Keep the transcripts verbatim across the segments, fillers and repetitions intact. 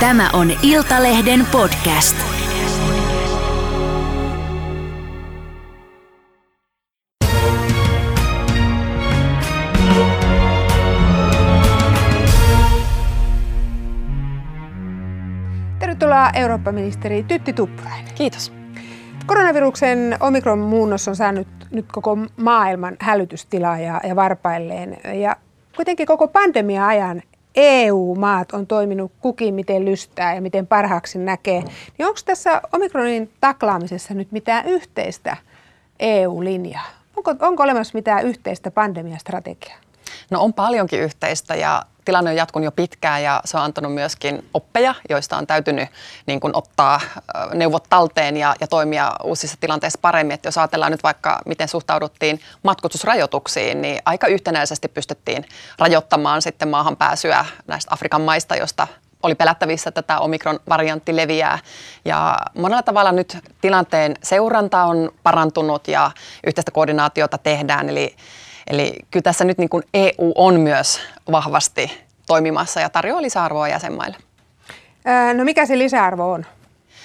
Tämä on Iltalehden podcast. Tervetuloa Eurooppa-ministeri Tytti Tuppurainen. Kiitos. Koronaviruksen omikron-muunnos on saanut nyt koko maailman hälytystilaa ja, ja varpailleen. Ja kuitenkin koko pandemia-ajan E U-maat on toiminut kukin miten lystää ja miten parhaaksi näkee. Niin onko tässä omikronin taklaamisessa nyt mitään yhteistä E U-linjaa? Onko, onko olemassa mitään yhteistä pandemiastrategiaa? No on paljonkin yhteistä ja tilanne on jatkunut jo pitkään ja se on antanut myöskin oppeja, joista on täytynyt niin kuin ottaa neuvot talteen ja, ja toimia uusissa tilanteissa paremmin. Että jos ajatellaan nyt vaikka, miten suhtauduttiin matkustusrajoituksiin, niin aika yhtenäisesti pystyttiin rajoittamaan sitten maahan pääsyä näistä Afrikan maista, josta oli pelättävissä, että tämä omikron-variantti leviää. Ja monella tavalla nyt tilanteen seuranta on parantunut ja yhteistä koordinaatiota tehdään. Eli Eli kyllä tässä nyt niin kuin E U on myös vahvasti toimimassa ja tarjoaa lisäarvoa jäsenmaille. Ää, no mikä se lisäarvo on?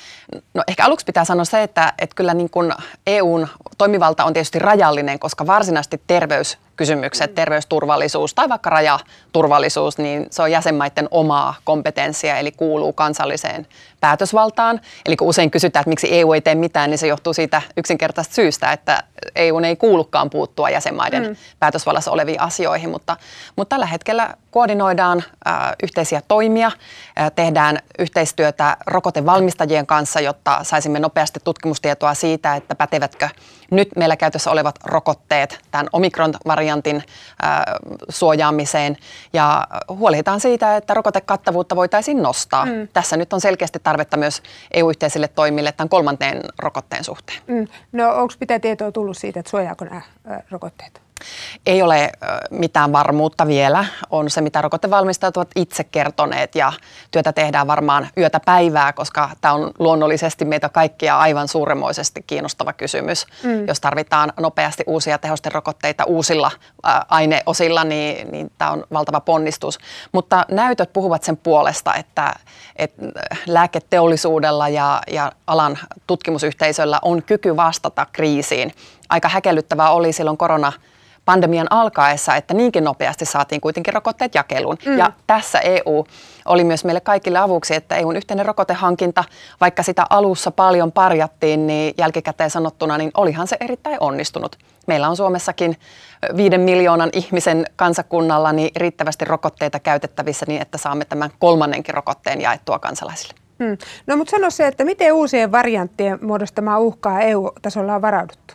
No ehkä aluksi pitää sanoa se, että, että kyllä niin kuin E U:n toimivalta on tietysti rajallinen, koska varsinaisesti terveyskysymykset, terveysturvallisuus tai vaikka rajaturvallisuus, niin se on jäsenmaiden omaa kompetenssia, eli kuuluu kansalliseen päätösvaltaan. Eli kun usein kysytään, että miksi E U ei tee mitään, niin se johtuu siitä yksinkertaisesta syystä, että E U:n ei kuulukaan puuttua jäsenmaiden mm. päätösvallassa oleviin asioihin, mutta, mutta tällä hetkellä koordinoidaan äh, yhteisiä toimia, äh, tehdään yhteistyötä rokotevalmistajien kanssa, jotta saisimme nopeasti tutkimustietoa siitä, että pätevätkö nyt meillä käytössä olevat rokotteet tämän omikron-variantin äh, suojaamiseen ja huolehditaan siitä, että rokotekattavuutta voitaisiin nostaa. Mm. Tässä nyt on selkeästi tarvetta myös E U-yhteisille toimille tämän kolmanteen rokotteen suhteen. Mm. No onko pitää tietoa tullut siitä, että suojaako nämä äh, rokotteet? Ei ole mitään varmuutta vielä. On se, mitä rokotevalmistajat ovat itse kertoneet ja työtä tehdään varmaan yötä päivää, koska tämä on luonnollisesti meitä kaikkia aivan suuremmoisesti kiinnostava kysymys. Mm. Jos tarvitaan nopeasti uusia tehosterokotteita uusilla ä, aineosilla, niin, niin tämä on valtava ponnistus. Mutta näytöt puhuvat sen puolesta, että, että lääketeollisuudella ja, ja alan tutkimusyhteisöllä on kyky vastata kriisiin. Aika häkellyttävää oli silloin korona pandemian alkaessa, että niinkin nopeasti saatiin kuitenkin rokotteet jakeluun. Mm. Ja tässä E U oli myös meille kaikille avuksi, että E U:n yhteinen rokotehankinta, vaikka sitä alussa paljon parjattiin, niin jälkikäteen sanottuna, niin olihan se erittäin onnistunut. Meillä on Suomessakin viiden miljoonan ihmisen kansakunnalla niin riittävästi rokotteita käytettävissä niin, että saamme tämän kolmannenkin rokotteen jaettua kansalaisille. Mm. No mutta sano se, että miten uusien varianttien muodostamaa uhkaa E U-tasolla on varauduttu?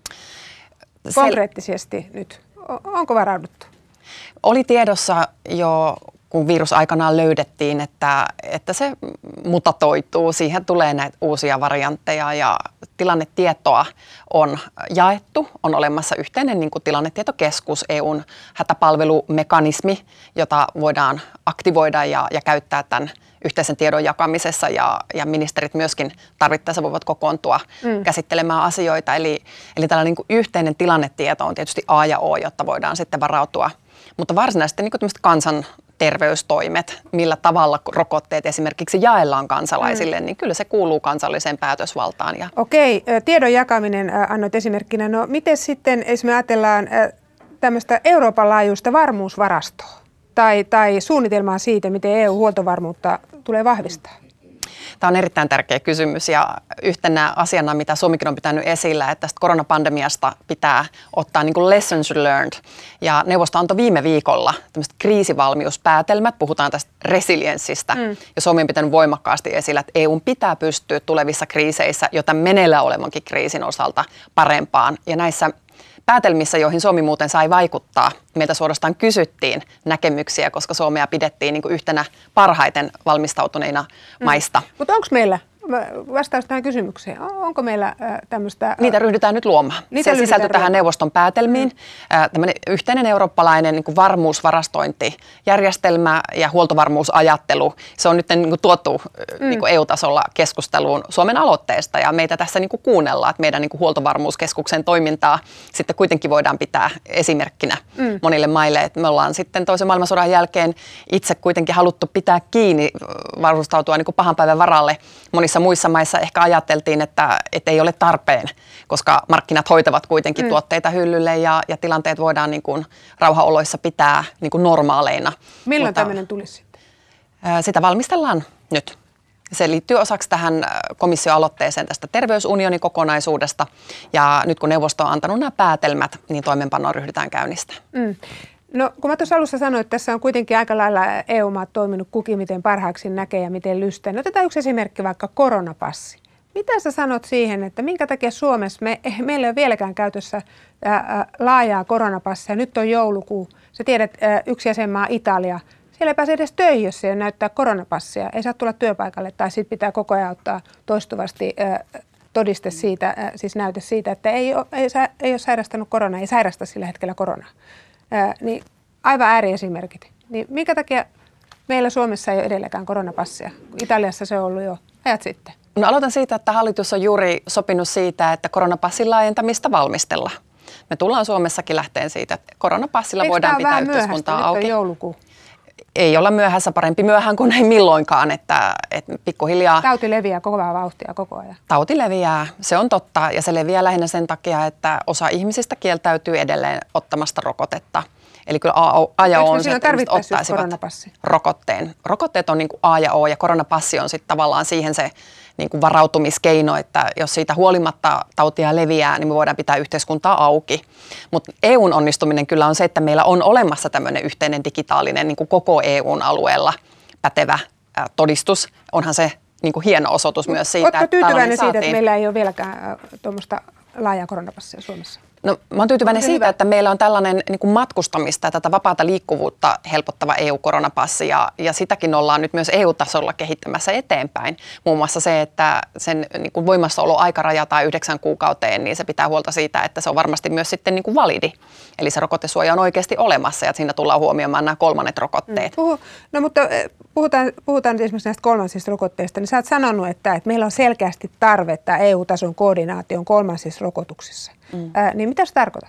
Konkreettisesti nyt. Onko varauduttu? Oli tiedossa jo, kun virus aikanaan löydettiin, että, että se mutatoituu. Siihen tulee näitä uusia variantteja ja tilannetietoa on jaettu. On olemassa yhteinen niin kuin tilannetietokeskus, E U:n hätäpalvelumekanismi, jota voidaan aktivoida ja, ja käyttää tämän yhteisen tiedon jakamisessa ja, ja ministerit myöskin tarvittaessa voivat kokoontua mm. käsittelemään asioita. Eli, eli tällainen niin kuin yhteinen tilannetieto on tietysti A ja O, jotta voidaan sitten varautua. Mutta varsinaisesti niin kuin tämmöiset kansanterveystoimet, millä tavalla rokotteet esimerkiksi jaellaan kansalaisille, mm. niin kyllä se kuuluu kansalliseen päätösvaltaan. Ja Okei, tiedon jakaminen annoit esimerkkinä. No miten sitten, jos me ajatellaan tämmöistä Euroopan laajuista varmuusvarastoa? Tai, tai suunnitelmaa siitä, miten E U-huoltovarmuutta tulee vahvistaa? Tämä on erittäin tärkeä kysymys ja yhtenä asiana, mitä Suomikin on pitänyt esillä, että tästä koronapandemiasta pitää ottaa niin kuin lessons learned. Ja neuvosto antoi viime viikolla tämmöiset kriisivalmiuspäätelmät, puhutaan tästä resilienssistä. Mm. Ja Suomi on pitänyt voimakkaasti esillä, että E U:n pitää pystyä tulevissa kriiseissä, jota meneillään olevankin kriisin osalta parempaan. Ja näissä päätelmissä, joihin Suomi muuten sai vaikuttaa, meiltä suorastaan kysyttiin näkemyksiä, koska Suomea pidettiin niin kuin yhtenä parhaiten valmistautuneina mm. maista. Mutta onko meillä vastaus tähän kysymykseen. Onko meillä tämmöistä... Niitä ryhdytään nyt luomaan. Niitä se sisältyi tähän luomaan. neuvoston päätelmiin. Mm. Tämmöinen yhteinen eurooppalainen niin kuin varmuusvarastointijärjestelmä ja huoltovarmuusajattelu. Se on nyt niin kuin tuotu mm. niin kuin E U-tasolla keskusteluun Suomen aloitteesta ja meitä tässä niin kuin kuunnellaan, että meidän niin kuin huoltovarmuuskeskuksen toimintaa sitten kuitenkin voidaan pitää esimerkkinä mm. monille maille. Että me ollaan sitten toisen maailmansodan jälkeen itse kuitenkin haluttu pitää kiinni, varustautua niin kuin pahan päivän varalle. Monissa muissa maissa ehkä ajateltiin, että, että ei ole tarpeen, koska markkinat hoitavat kuitenkin mm. tuotteita hyllylle ja, ja tilanteet voidaan niin kuin rauhanoloissa pitää niin kuin normaaleina. Milloin Mutta, tämmöinen tulisi sitten? Sitä valmistellaan nyt. Se liittyy osaksi tähän komission-aloitteeseen tästä terveysunionikokonaisuudesta ja nyt kun neuvosto on antanut nämä päätelmät, niin toimeenpanoon ryhdytään käynnistämään. Mm. No kun mä tuossa alussa sanoin, että tässä on kuitenkin aika lailla E U-maat toiminut kukin miten parhaaksi näkee ja miten lystää. No, otetaan yksi esimerkki, vaikka koronapassi. Mitä sä sanot siihen, että minkä takia Suomessa me, meillä ei ole vieläkään käytössä ää, laajaa koronapassia? Nyt on joulukuu. Sä tiedät, ää, yksi jäsenmaa Italia. Siellä ei pääse edes töihin, jos ei näyttää koronapassia. Ei saa tulla työpaikalle tai sitten pitää koko ajan ottaa toistuvasti ää, todiste siitä, ää, siis näyte siitä, että ei ole, ei, ei ole sairastanut koronaa, ei sairasta sillä hetkellä koronaa. Ää, niin aivan ääriesimerkit. Niin minkä takia meillä Suomessa ei ole edelläkään koronapassia? Italiassa se on ollut jo ajat sitten. No aloitan siitä, että hallitus on juuri sopinut siitä, että koronapassin laajentamista valmistellaan. Me tullaan Suomessakin lähteen siitä, että koronapassilla Eikö voidaan pitää yhteiskuntaa myöhäistä? auki. Nyt on joulukuu. Ei olla myöhässä, parempi myöhään kuin ei milloinkaan, että, että pikkuhiljaa... Tauti leviää kovaa vauhtia koko ajan. Tauti leviää, se on totta ja se leviää lähinnä sen takia, että osa ihmisistä kieltäytyy edelleen ottamasta rokotetta. Eli kyllä A ja O on se, että ihmiset ottaisivat rokotteen. Rokotteet on niin kuin A ja O ja koronapassi on sitten tavallaan siihen se niin kuin varautumiskeino, että jos siitä huolimatta tautia leviää, niin me voidaan pitää yhteiskuntaa auki. Mutta E U:n onnistuminen kyllä on se, että meillä on olemassa tämmöinen yhteinen digitaalinen niin kuin koko E U:n alueella pätevä ää, todistus. Onhan se niin kuin hieno osoitus myös siitä, Oletko että tyytyväinen siitä, että meillä ei ole vieläkään tuommoista laajaa koronapassia Suomessa? No, mä oon tyytyväinen siitä, hyvä. että meillä on tällainen niin kuin matkustamista ja tätä vapaata liikkuvuutta helpottava E U-koronapassi ja, ja sitäkin ollaan nyt myös E U-tasolla kehittämässä eteenpäin. Muun muassa se, että sen niin kuin voimassaoloaika rajataan yhdeksän kuukauteen, niin se pitää huolta siitä, että se on varmasti myös sitten niin kuin validi. Eli se rokotesuoja on oikeasti olemassa ja siinä tullaan huomioimaan nämä kolmannet rokotteet. Puhu, no mutta puhutaan, puhutaan esimerkiksi näistä kolmansista rokotteista, niin sä oot sanonut, että, että meillä on selkeästi tarvetta E U-tason koordinaation kolmansissa rokotuksissa. Mm. Ää, niin mitä sä tarkoitat?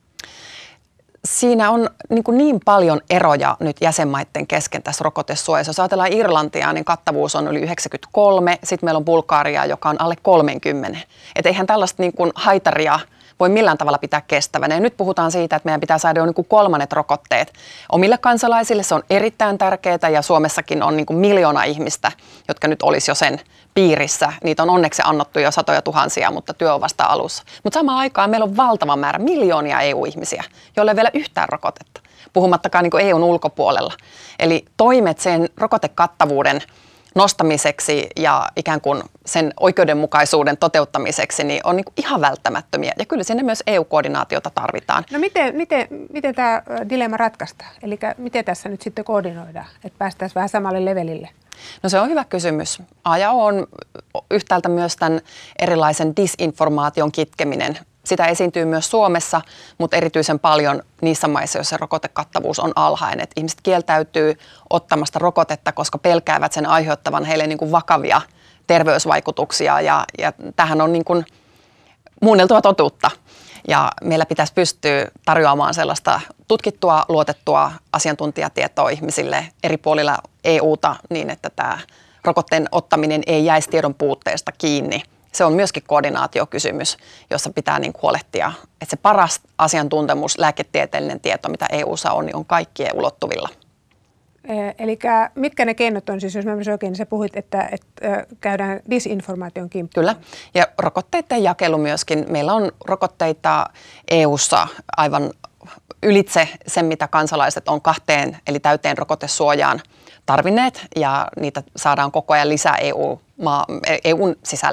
Siinä on niin, kuin niin paljon eroja nyt jäsenmaiden kesken tässä rokotesuojassa. Jos ajatellaan Irlantia, niin kattavuus on yli yhdeksänkymmentäkolme, sitten meillä on Bulgaria, joka on alle kolmekymmentä. Että eihän tällaista niin kuin haitaria voi millään tavalla pitää kestävänä. Ja nyt puhutaan siitä, että meidän pitää saada jo niin kuin kolmannet rokotteet omille kansalaisille. Se on erittäin tärkeää ja Suomessakin on niin kuin miljoona ihmistä, jotka nyt olisi jo sen piirissä. Niitä on onneksi annettu jo satoja tuhansia, mutta työ on vasta alussa. Mutta samaan aikaan meillä on valtava määrä, miljoonia E U-ihmisiä, joille ei vielä yhtään rokotetta, puhumattakaan niin kuin E U:n ulkopuolella. Eli toimet sen rokotekattavuuden nostamiseksi ja ikään kuin sen oikeudenmukaisuuden toteuttamiseksi niin on niin kuin ihan välttämättömiä. Ja kyllä sinne myös E U-koordinaatiota tarvitaan. No miten, miten, miten tämä dilemma ratkaistaan? Eli miten tässä nyt sitten koordinoidaan, että päästäisiin vähän samalle levelille? No se on hyvä kysymys. A ja O on yhtäältä myös tämän erilaisen disinformaation kitkeminen. Sitä esiintyy myös Suomessa, mutta erityisen paljon niissä maissa, joissa rokotekattavuus on alhainen. Et ihmiset kieltäytyy ottamasta rokotetta, koska pelkäävät sen aiheuttavan heille niin kuin vakavia terveysvaikutuksia. Ja, ja tämähän on niin kuin muunneltua totuutta. Ja meillä pitäisi pystyä tarjoamaan sellaista tutkittua, luotettua asiantuntijatietoa ihmisille eri puolilla E U:ta niin, että tämä rokotteen ottaminen ei jäisi tiedon puutteesta kiinni. Se on myöskin koordinaatiokysymys, jossa pitää niin huolehtia, että se paras asiantuntemus, lääketieteellinen tieto, mitä E U:ssa on, niin on kaikkien ulottuvilla. Eli mitkä ne keinot on siis, jos mä oikein, niin sä puhuit, että, että käydään disinformaation kimppuun. Kyllä, ja rokotteiden jakelu myöskin. Meillä on rokotteita E U:ssa aivan ylitse sen, mitä kansalaiset on kahteen, eli täyteen rokotesuojaan tarvinneet, ja niitä saadaan koko ajan lisää E U-maa, E U:n sisälle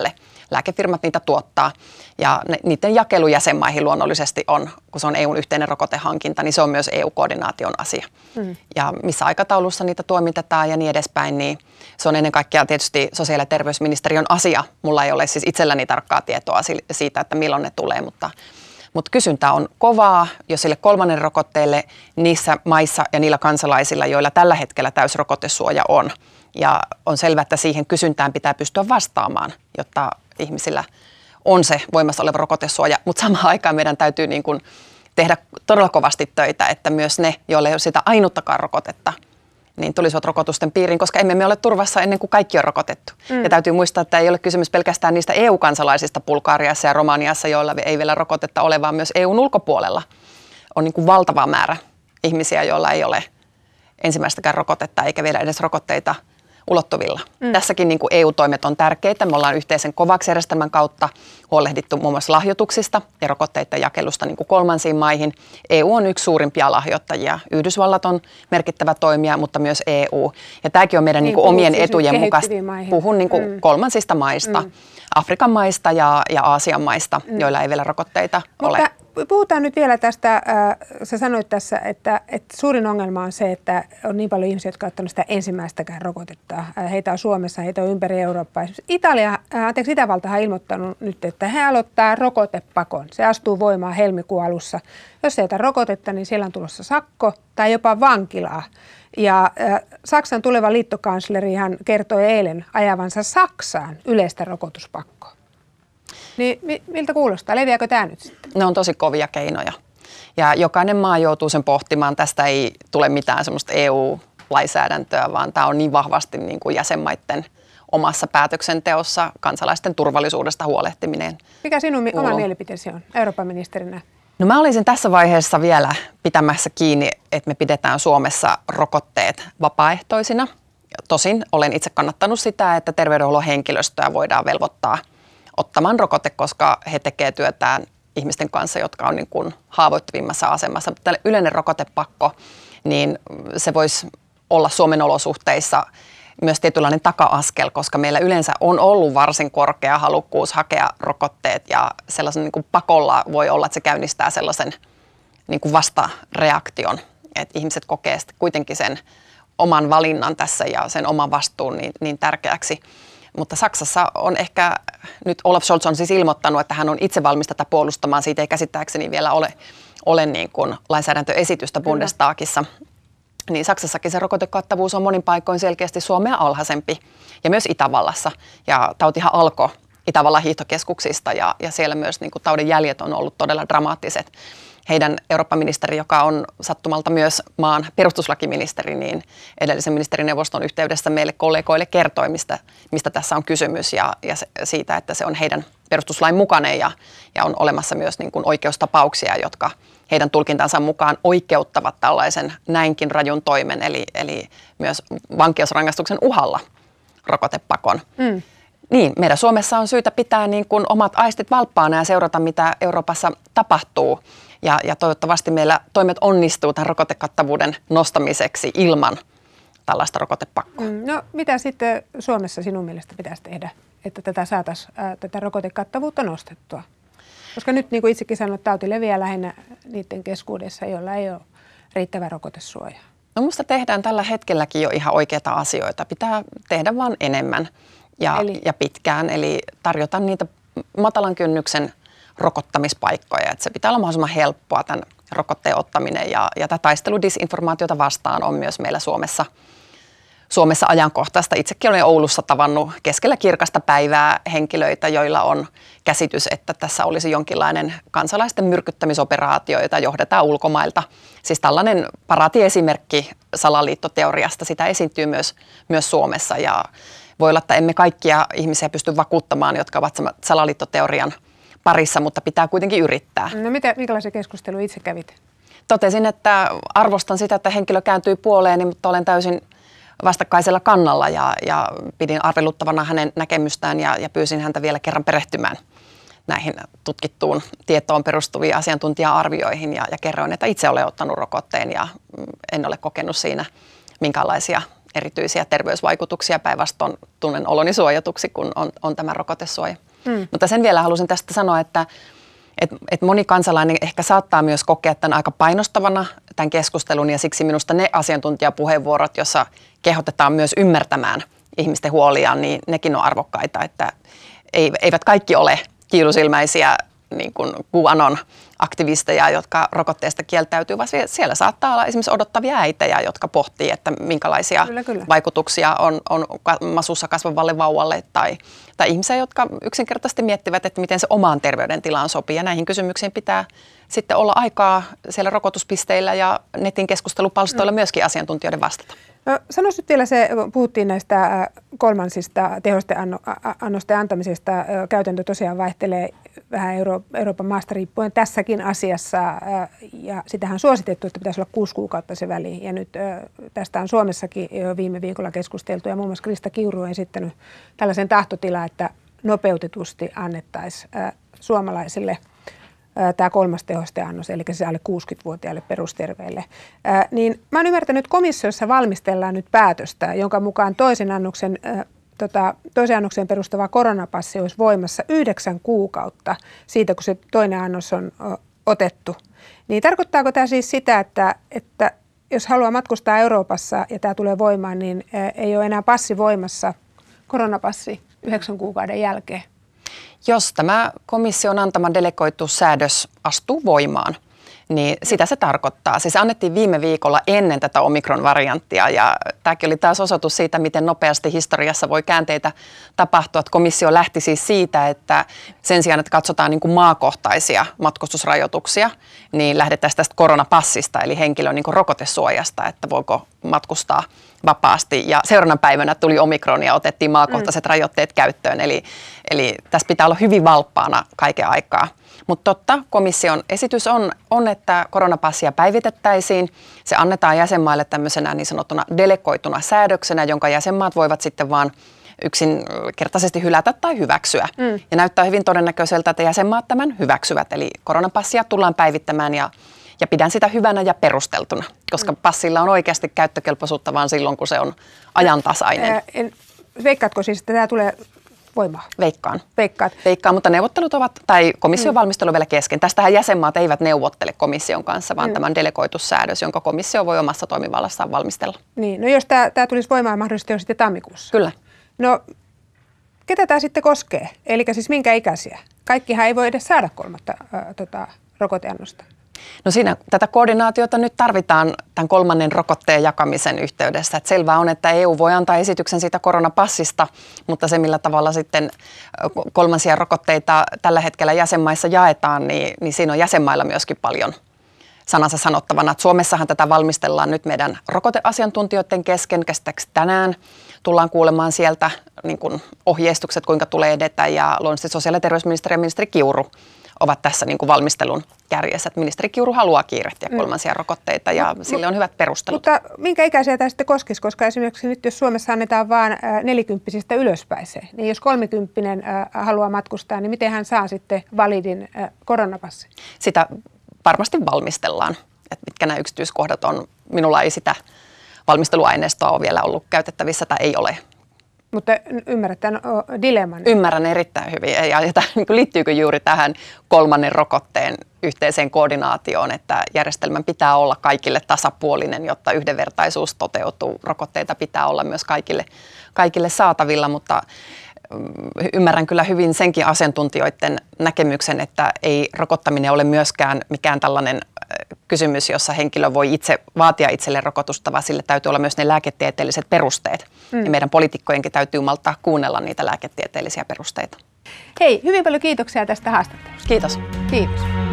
lääkefirmat niitä tuottaa. Ja ne, niiden jakelu jäsenmaihin luonnollisesti on, kun se on E U:n yhteinen rokotehankinta, niin se on myös E U-koordinaation asia. Mm. Ja missä aikataulussa niitä toimitetaan ja niin edespäin, niin se on ennen kaikkea tietysti sosiaali- ja terveysministeriön asia. Mulla ei ole siis itselläni tarkkaa tietoa siitä, että milloin ne tulee, mutta Mutta kysyntä on kovaa jo sille kolmannen rokotteelle niissä maissa ja niillä kansalaisilla, joilla tällä hetkellä täysrokotesuoja on. Ja on selvää, että siihen kysyntään pitää pystyä vastaamaan, jotta ihmisillä on se voimassa oleva rokotesuoja. Mutta samaan aikaan meidän täytyy niin kuin tehdä todella kovasti töitä, että myös ne, joilla ei ole sitä ainuttakaan rokotetta, niin tulisivat rokotusten piiriin, koska emme me ole turvassa ennen kuin kaikki on rokotettu. Mm. Ja täytyy muistaa, että ei ole kysymys pelkästään niistä E U-kansalaisista Bulgariassa ja Romaniassa, joilla ei vielä rokotetta ole, vaan myös E U:n ulkopuolella on niin kuin valtava määrä ihmisiä, joilla ei ole ensimmäistäkään rokotetta eikä vielä edes rokotteita ulottuvilla. Mm. Tässäkin niin kuin E U-toimet on tärkeitä. Me ollaan yhteisen COVAX-järjestelmän kautta huolehdittu muun muassa lahjoituksista ja rokotteiden jakelusta niin kuin kolmansiin maihin. E U on yksi suurimpia lahjoittajia. Yhdysvallat on merkittävä toimija, mutta myös E U. Ja tämäkin on meidän niin, niin kuin omien siis etujen mukaista. Puhun niin kuin mm. kolmansista maista, mm. Afrikan maista ja, ja Aasian maista, mm. joilla ei vielä rokotteita mutta ole. Puhutaan nyt vielä tästä, äh, sä sanoit tässä, että, että suurin ongelma on se, että on niin paljon ihmisiä, jotka ovat ottaneet sitä ensimmäistäkään rokotetta. Äh, heitä on Suomessa, heitä on ympäri Eurooppaa. Italia, äh, anteeksi, Itävaltahan on ilmoittanut nyt, että he aloittaa rokotepakon. Se astuu voimaan helmikuun alussa. Jos ei ota rokotetta, niin siellä on tulossa sakko tai jopa vankilaa. Ja äh, Saksan tuleva liittokansleri hän kertoi eilen ajavansa Saksaan yleistä rokotuspakkoa. Niin miltä kuulostaa? Leviääkö tämä nyt sitten? Ne on tosi kovia keinoja. Ja jokainen maa joutuu sen pohtimaan. Tästä ei tule mitään semmoista E U-lainsäädäntöä, vaan tämä on niin vahvasti niin kuin jäsenmaiden omassa päätöksenteossa kansalaisten turvallisuudesta huolehtiminen. Mikä sinun kuuluu. Oma mielipiteesi on Euroopan ministerinä? No mä olisin tässä vaiheessa vielä pitämässä kiinni, että me pidetään Suomessa rokotteet vapaaehtoisina. Tosin olen itse kannattanut sitä, että terveydenhuollon henkilöstöä voidaan velvoittaa ottamaan rokote, koska he tekevät työtään ihmisten kanssa, jotka on niin kuin haavoittuvimmassa asemassa. Tällä yleinen rokotepakko, niin se voisi olla Suomen olosuhteissa myös tietynlainen taka-askel, koska meillä yleensä on ollut varsin korkea halukkuus hakea rokotteet ja sellaisen niin kuin pakolla voi olla, että se käynnistää sellaisen niin kuin vastareaktion, että ihmiset kokee kuitenkin sen oman valinnan tässä ja sen oman vastuun niin, niin tärkeäksi. Mutta Saksassa on ehkä, nyt Olaf Scholz on siis ilmoittanut, että hän on itse valmis tätä puolustamaan. Siitä ei käsittääkseni vielä ole, ole niin kuin lainsäädäntöesitystä Bundestagissa. Niin Saksassakin se rokotekattavuus on monin paikoin selkeästi Suomea alhaisempi ja myös Itävallassa. Ja tautihan alkoi Itävallan hiihtokeskuksista ja, ja siellä myös niin kuin taudin jäljet on ollut todella dramaattiset. Heidän Eurooppa-ministeri, joka on sattumalta myös maan perustuslakiministeri, niin edellisen ministerineuvoston yhteydessä meille kollegoille kertoi, mistä, mistä tässä on kysymys ja, ja se, siitä, että se on heidän perustuslain mukainen ja, ja on olemassa myös niin kuin oikeustapauksia, jotka heidän tulkintansa mukaan oikeuttavat tällaisen näinkin rajun toimen, eli, eli myös vankeusrangaistuksen uhalla rokotepakon. Mm. Niin, meidän Suomessa on syytä pitää niin kuin omat aistit valppaana ja seurata, mitä Euroopassa tapahtuu. Ja, ja toivottavasti meillä toimet onnistuu tämän rokotekattavuuden nostamiseksi ilman tällaista rokotepakkoa. Mm, no mitä sitten Suomessa sinun mielestä pitäisi tehdä, että tätä saataisiin ää, tätä rokotekattavuutta nostettua? Koska nyt niin kuin itsekin sanoit, tauti leviää lähinnä niiden keskuudessa, joilla ei ole riittävä rokotesuoja. No musta tehdään tällä hetkelläkin jo ihan oikeita asioita. Pitää tehdä vaan enemmän ja, eli? ja pitkään, eli tarjota niitä matalan kynnyksen rokottamispaikkoja. Että se pitää olla mahdollisimman helppoa tämän rokotteen ottaminen ja, ja tämä taistelu disinformaatiota vastaan on myös meillä Suomessa, Suomessa ajankohtaista. Itsekin olen Oulussa tavannut keskellä kirkasta päivää henkilöitä, joilla on käsitys, että tässä olisi jonkinlainen kansalaisten myrkyttämisoperaatio, jota johdetaan ulkomailta. Siis tällainen paraatiesimerkki salaliittoteoriasta, sitä esiintyy myös, myös Suomessa ja voi olla, että emme kaikkia ihmisiä pysty vakuuttamaan, jotka ovat salaliittoteorian parissa, mutta pitää kuitenkin yrittää. No mitä, minkälaisen keskustelun itse kävit? Totesin, että arvostan sitä, että henkilö kääntyy puoleeni, mutta olen täysin vastakkaisella kannalla ja, ja pidin arveluttavana hänen näkemystään ja, ja pyysin häntä vielä kerran perehtymään näihin tutkittuun tietoon perustuviin asiantuntija-arvioihin ja, ja kerroin, että itse olen ottanut rokotteen ja en ole kokenut siinä minkäänlaisia erityisiä terveysvaikutuksia. Päinvastoin tunnen oloni suojatuksi, kun on, on tämä rokotesuoja. Mm. Mutta sen vielä halusin tästä sanoa, että et, et moni kansalainen ehkä saattaa myös kokea tämän aika painostavana tämän keskustelun ja siksi minusta ne asiantuntijapuheenvuorot, joissa kehotetaan myös ymmärtämään ihmisten huolia, niin nekin on arvokkaita, että eivät kaikki ole kiilusilmäisiä niin kuin QAnon aktivisteja, jotka rokotteesta kieltäytyy, vaan siellä saattaa olla esimerkiksi odottavia äitejä, jotka pohtii, että minkälaisia kyllä, kyllä. vaikutuksia on, on masussa kasvavalle vauvalle tai, tai ihmisiä, jotka yksinkertaisesti miettivät, että miten se omaan terveydentilaan sopii. Ja näihin kysymyksiin pitää sitten olla aikaa siellä rokotuspisteillä ja netin keskustelupalstoilla mm. myöskin asiantuntijoiden vastata. No, sanoisit vielä se, puhuttiin näistä kolmansista tehosteannosten antamisesta. Käytäntö tosiaan vaihtelee vähän Euro- Euroopan maasta riippuen tässäkin asiassa. Ja sitähän on suositettu, että pitäisi olla kuusi kuukautta se väli. Ja nyt tästä on Suomessakin jo viime viikolla keskusteltu. Ja muun muassa Krista Kiuru on esittänyt tällaisen tahtotilan, että nopeutetusti annettaisiin suomalaisille tämä kolmas tehosteannos, eli se alle kuusikymmentävuotiaille perusterveille. Ää, niin mä oon ymmärtänyt, että komissiossa valmistellaan nyt päätöstä, jonka mukaan toisen annoksen, ää, tota, toisen annokseen perustuva koronapassi olisi voimassa yhdeksän kuukautta siitä, kun se toinen annos on o, otettu. Niin tarkoittaako tämä siis sitä, että, että jos haluaa matkustaa Euroopassa ja tämä tulee voimaan, niin ää, ei ole enää passi voimassa, koronapassi yhdeksän kuukauden jälkeen? Jos tämä komission antama delegoitu säädös astuu voimaan, niin sitä se tarkoittaa. Siis se annettiin viime viikolla ennen tätä omikron-varianttia ja tämäkin oli taas osoitus siitä, miten nopeasti historiassa voi käänteitä tapahtua. Että komissio lähti siis siitä, että sen sijaan, että katsotaan niin kuin maakohtaisia matkustusrajoituksia, niin lähdetään tästä koronapassista eli henkilön niin kuin rokotesuojasta, että voiko matkustaa vapaasti. Ja seuraavana päivänä tuli omikron ja otettiin maakohtaiset mm. rajoitteet käyttöön. Eli, eli tässä pitää olla hyvin valppaana kaiken aikaa. Mutta totta, komission esitys on, on, että koronapassia päivitettäisiin. Se annetaan jäsenmaille tämmöisenä niin sanottuna delegoituna säädöksenä, jonka jäsenmaat voivat sitten vaan yksinkertaisesti hylätä tai hyväksyä. Mm. Ja näyttää hyvin todennäköiseltä, että jäsenmaat tämän hyväksyvät. Eli koronapassia tullaan päivittämään ja, ja pidän sitä hyvänä ja perusteltuna, koska mm. passilla on oikeasti käyttökelpoisuutta vaan silloin, kun se on ajantasainen. Ää, en, veikkaatko siis, että tämä tulee voimaan? Veikkaan. Veikkaat. Veikkaan, mutta neuvottelut ovat, tai komission mm. valmistelu vielä kesken. Tästähän jäsenmaat eivät neuvottele komission kanssa, vaan mm. tämän delegoitussäädös, jonka komissio voi omassa toimivallassaan valmistella. Niin, no jos tämä, tämä tulisi voimaan mahdollisesti jo sitten tammikuussa. Kyllä. No, ketä tämä sitten koskee? Eli siis minkä ikäisiä? Kaikkihan ei voi edes saada kolmatta äh, tota, rokoteannosta. No siinä tätä koordinaatiota nyt tarvitaan tämän kolmannen rokotteen jakamisen yhteydessä. Että selvää on, että E U voi antaa esityksen siitä koronapassista, mutta se millä tavalla sitten kolmansia rokotteita tällä hetkellä jäsenmaissa jaetaan, niin, niin siinä on jäsenmailla myöskin paljon sanansa sanottavana. Että Suomessahan tätä valmistellaan nyt meidän rokoteasiantuntijoiden kesken. Käsittääkseni tänään tullaan kuulemaan sieltä niin kuin ohjeistukset, kuinka tulee edetä ja luonnollisesti sosiaali- ja terveysministeri ja ministeri Kiuru ovat tässä niin kuin valmistelun kärjessä. Että ministeri Kiuru haluaa kiirehtiä kolmansia mm. rokotteita ja no, sille on hyvät perustelut. Mutta minkä ikäisiä tämä sitten koskisi? Koska esimerkiksi nyt jos Suomessa annetaan vain nelikymppisistä ylöspäin, niin jos kolmekymppinen haluaa matkustaa, niin miten hän saa sitten validin koronapassin? Sitä varmasti valmistellaan. Että mitkä nämä yksityiskohdat on. Minulla ei sitä valmisteluaineistoa ole vielä ollut käytettävissä tai ei ole. Mutta ymmärrät tämän dilemman? Ymmärrän erittäin hyvin. Ja, ja tämä, niin liittyykö juuri tähän kolmannen rokotteen yhteiseen koordinaatioon, että järjestelmän pitää olla kaikille tasapuolinen, jotta yhdenvertaisuus toteutuu. Rokotteita pitää olla myös kaikille, kaikille saatavilla, mutta ymmärrän kyllä hyvin senkin asiantuntijoiden näkemyksen, että ei rokottaminen ole myöskään mikään tällainen kysymys, jossa henkilö voi itse vaatia itselle rokotusta, vaan sille täytyy olla myös ne lääketieteelliset perusteet. Mm. Ja meidän poliitikkojenkin täytyy malttaa kuunnella niitä lääketieteellisiä perusteita. Hei, hyvin paljon kiitoksia tästä haastattelusta. Kiitos. Kiitos.